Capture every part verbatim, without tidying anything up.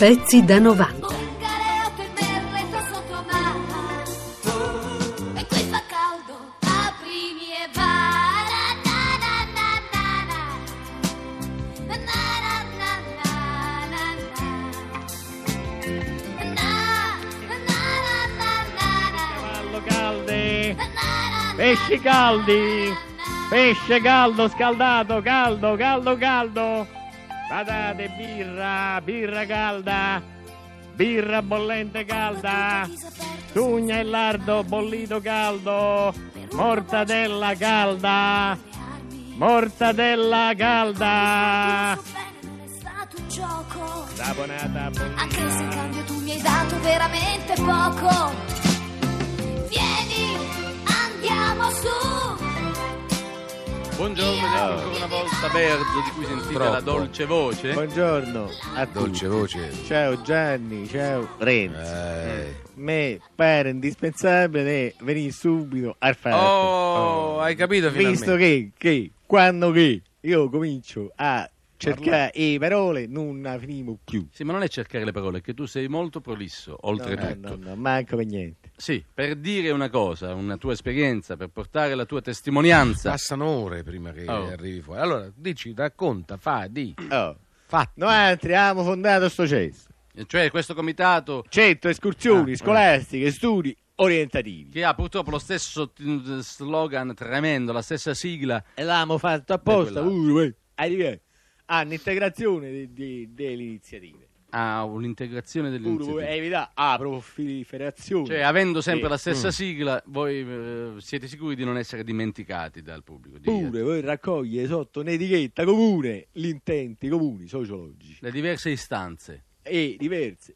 Pezzi da novanta. Pesci caldi, pesce caldo, scaldato, caldo, caldo, caldo, patate, birra, birra calda, birra bollente calda, tugna e lardo bollito caldo, mortadella calda, mortadella calda. Sabonata, anche se in cambio tu mi hai dato veramente poco. Vieni, andiamo su. Buongiorno, siamo ancora una volta Verzo, di cui sentite Troppo. la dolce voce. Buongiorno a Dolce tutti. voce. Ciao Gianni, ciao Renzo. Eh. Me pare indispensabile venire subito al fatto. Oh, hai capito finalmente? Visto che, che quando che io comincio a cercare le parole non finiamo più. Sì, ma non è cercare le parole, è che tu sei molto prolisso, oltretutto. No, no, no, manco per niente. Sì, per dire una cosa, una tua esperienza, per portare la tua testimonianza. Passano ore prima che Oh. arrivi fuori. Allora, dici, racconta, fa, di. Oh. Fatti. Noi altri abbiamo fondato sto cesso. Cioè, questo comitato Centro escursioni Ah, scolastiche, studi orientativi. che ha purtroppo lo stesso t- slogan tremendo, la stessa sigla. E l'abbiamo fatto apposta Beh, pure, eh, all'integrazione di- di- delle iniziative. Ha un'integrazione Pure dell'iniziativa. evitare la proliferazione. Cioè, avendo sempre Sì. la stessa Mm. sigla, voi eh, siete sicuri di non essere dimenticati dal pubblico? Di- Pure voi raccogliere sotto un'etichetta comune gli intenti comuni sociologici Le diverse istanze. e diverse.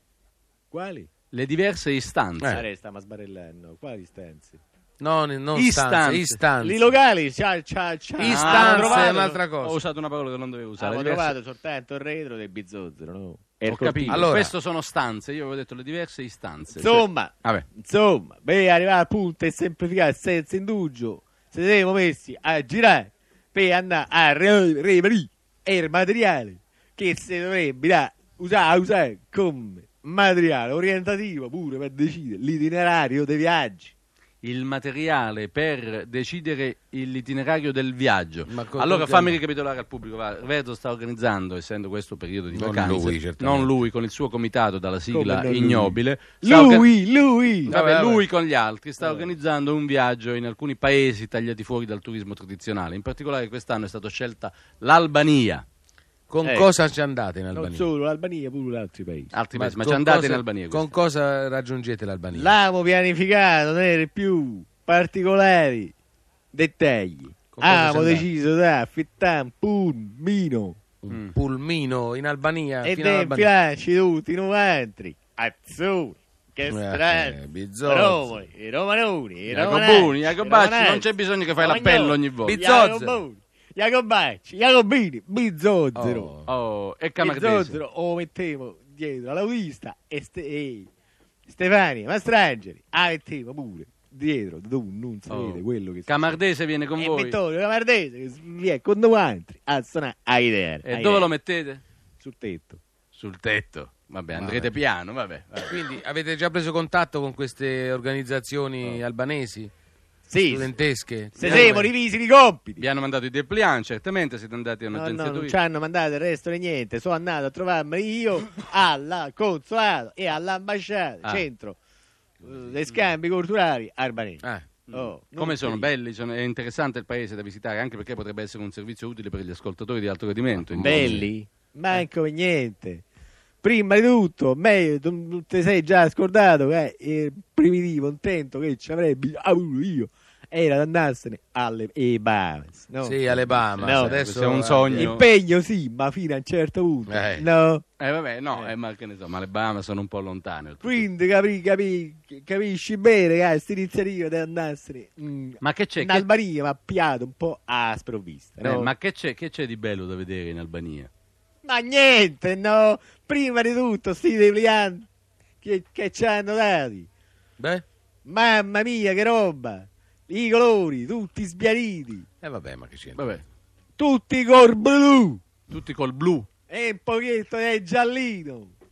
Quali? Le diverse istanze. Eh. Ora stiamo sbarellando. Quali istanze? No, non Istanze. stanze, istanze. I locali, ciao, ciao, ciao. Istanze Ah, trovato- è un'altra Ho cosa. usato una parola che non dovevo usare. Abbiamo Le diverse- trovato soltanto il retro del bizzozero, no? E Ho il capito. cortile. Allora- Questo sono stanze. Io avevo detto le diverse istanze. Insomma, Cioè- vabbè. insomma, per arrivare al punto e semplificare senza indugio, se siamo messi a girare per andare a re- reperire il materiale che si dovrebbe da- usare, usare come materiale orientativo pure per decidere l'itinerario dei viaggi. Il materiale per decidere l'itinerario del viaggio. Ma co- Allora co- fammi ricapitolare al pubblico. va. Verzo sta organizzando, essendo questo periodo di Non vacanze, lui, certamente. non lui, con il suo comitato dalla sigla Come non lui? ignobile. sta orga- Lui, lui! Vabbè, Vabbè, lui vabbè. con gli altri sta Eh. organizzando un viaggio in alcuni paesi tagliati fuori dal turismo tradizionale. In particolare quest'anno è stata scelta l'Albania. Con Eh. cosa ci andate in Non Albania? solo l'Albania, pure altri paesi. Altri paesi, ma con ci andate cosa- in Albania? Con quest'anno? cosa raggiungete l'Albania? L'abbiamo pianificato, tenere più particolari dettagli. Con cosa Abbiamo ci andate? deciso di affittare un pulmino Un pulmino in Albania e fino di all'Albania. infilarci tutti i novantri, azzurri, che Eh, strani, Bizzozzi. romoli, i romanoni, i Jacoboni, romanacci, Jacobacci, i romanacci, non c'è bisogno che fai Romagnoli, l'appello ogni volta. Bizzozzi. Jacoboni, Jacobacci, Jacobini, Bizzozero. Oh. Oh, e Camardese. Bizzozero lo mettiamo dietro all'autista e, ste- e Stefania Mastrangeli la mettiamo pure dietro, tu non si Oh. vede quello che Camardese viene con e voi. Vittorio Camardese che viene con noi altri a suonare a idea. E dove lo mettete? Sul tetto. Sul tetto. Vabbè, andrete piano, vabbè. vabbè. Quindi avete già preso contatto con queste organizzazioni albanesi? Sì, Studentesche? se Come? siamo divisi i compiti. Vi hanno mandato i dépliant, certamente siete andati a No, un'agenzia no, non ci turistica. hanno mandato il resto di niente. Sono andato a trovarmi io al consolato e all'ambasciata, Ah. centro eh, dei scambi culturali albanesi. Eh. Oh, Come non sono sì. belli, sono- è interessante il paese da visitare, anche perché potrebbe essere un servizio utile per gli ascoltatori di alto gradimento. Belli? Manco per niente. Prima di tutto, me, tu, tu ti sei già scordato che il primitivo intento che ci avrebbe avuto io era di andarsene alle ai Bahamas. No? Sì, alle Bahamas. No, Adesso questo è un sogno. Impegno sì, ma fino a un certo punto. Eh. No. Eh vabbè, no, Eh. eh, ma che ne so, ma le Bahamas sono un po' lontane. Quindi capi, capi, capisci bene che questa iniziativa di andarsene mm, Ma che c'è? in Che- Albania mi ha piato un po' a sprovvista. eh, no? ma che c'è, che c'è di bello da vedere in Albania? Ma niente, no. Prima di tutto, sti deplianti che, che ci hanno dati. Beh, Mamma mia, che roba! I colori, tutti sbiaditi, eh vabbè, ma che c'è? Vabbè, tutti col blu tutti col blu. e un pochetto di giallino.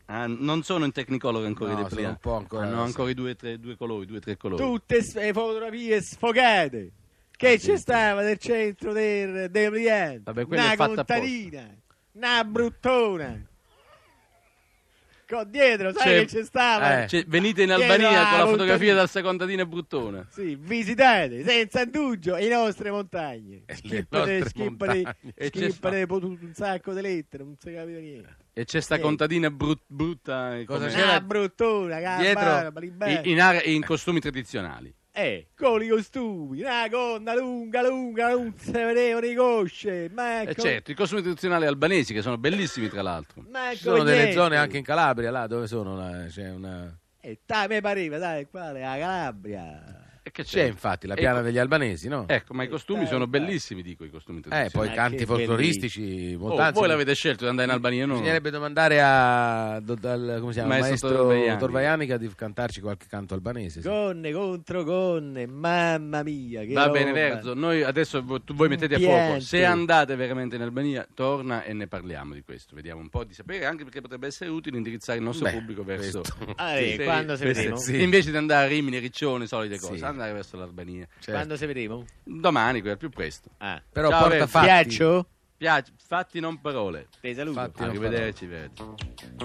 Ah, non sono in Technicolor ancora No, i sono replianti. un po' ancora- Hanno ancora i due, tre, due colori, due, tre colori. Tutte s- le fotografie sfocate. Che ci stava nel centro del, del repliante? Vabbè, quella Una è fatta contadina, una bruttona. Con dietro, sai C'è- che ci stava? eh. Cioè, venite in Dietro Albania la con la contadina. fotografia dal secondadina bruttona. Sì, visitate senza indugio le nostre montagne. Le Schippate, nostre schippate, montagne. E c'è schippate un sacco di lettere, non si capita niente. E c'è sta Sì. contadina brut- brutta. eh, Cosa come- c'era? Una bruttona, dietro? cabana, in, in, are- in costumi tradizionali. Eh, con i costumi, una gonna lunga, lunga, non si vedevano i cosce. Ma E certo, i costumi tradizionali albanesi che sono bellissimi tra l'altro. ma Ci sono delle zone anche in Calabria, là dove sono? Là, c'è una... E dai, mi pareva, dai, quale, la Calabria. E che C'è infatti la piana degli albanesi, no? Ecco, ma i costumi Eh, sono eh. bellissimi, dico, i costumi Eh, tradizionali. poi Ma canti che folcloristici, Oh, moltanzi. voi l'avete scelto di andare in Albania, no? Bisognerebbe domandare a do- dal, come si chiama, Maestro maestro Torvaiani. Torvaianica di cantarci qualche canto albanese. sì. Gonne contro gonne, mamma mia. Che Va roba. bene, Verzo, noi adesso vo- tu- voi mettete a Piante. fuoco. Se andate veramente in Albania, torna e ne parliamo di questo. Vediamo un po' di sapere, anche perché potrebbe essere utile indirizzare il nostro Beh, pubblico verso. questo. Ah, eh, Sì, quando si questo- vedremo? sì. Invece di andare a Rimini, Riccione, solite Sì. cose, andare verso l'Albania. Certo. Quando si vedremo? Domani, qui al più presto. Ah. Però Ciao, porta Verzo. fatti. Piaccio? Piace, fatti non parole. Te saluto. Fatti. non Arrivederci, Verzo.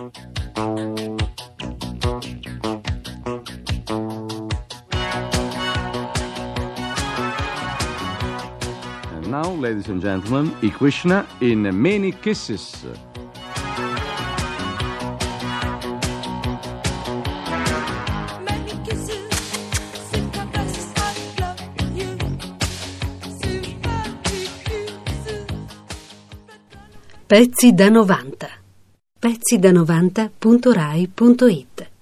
And now, ladies and gentlemen, I Krishna in Many Kisses. Many kisses, simple kisses, I love you. Super kisses. Pezzi da novanta. pezzi da novanta punto rai punto it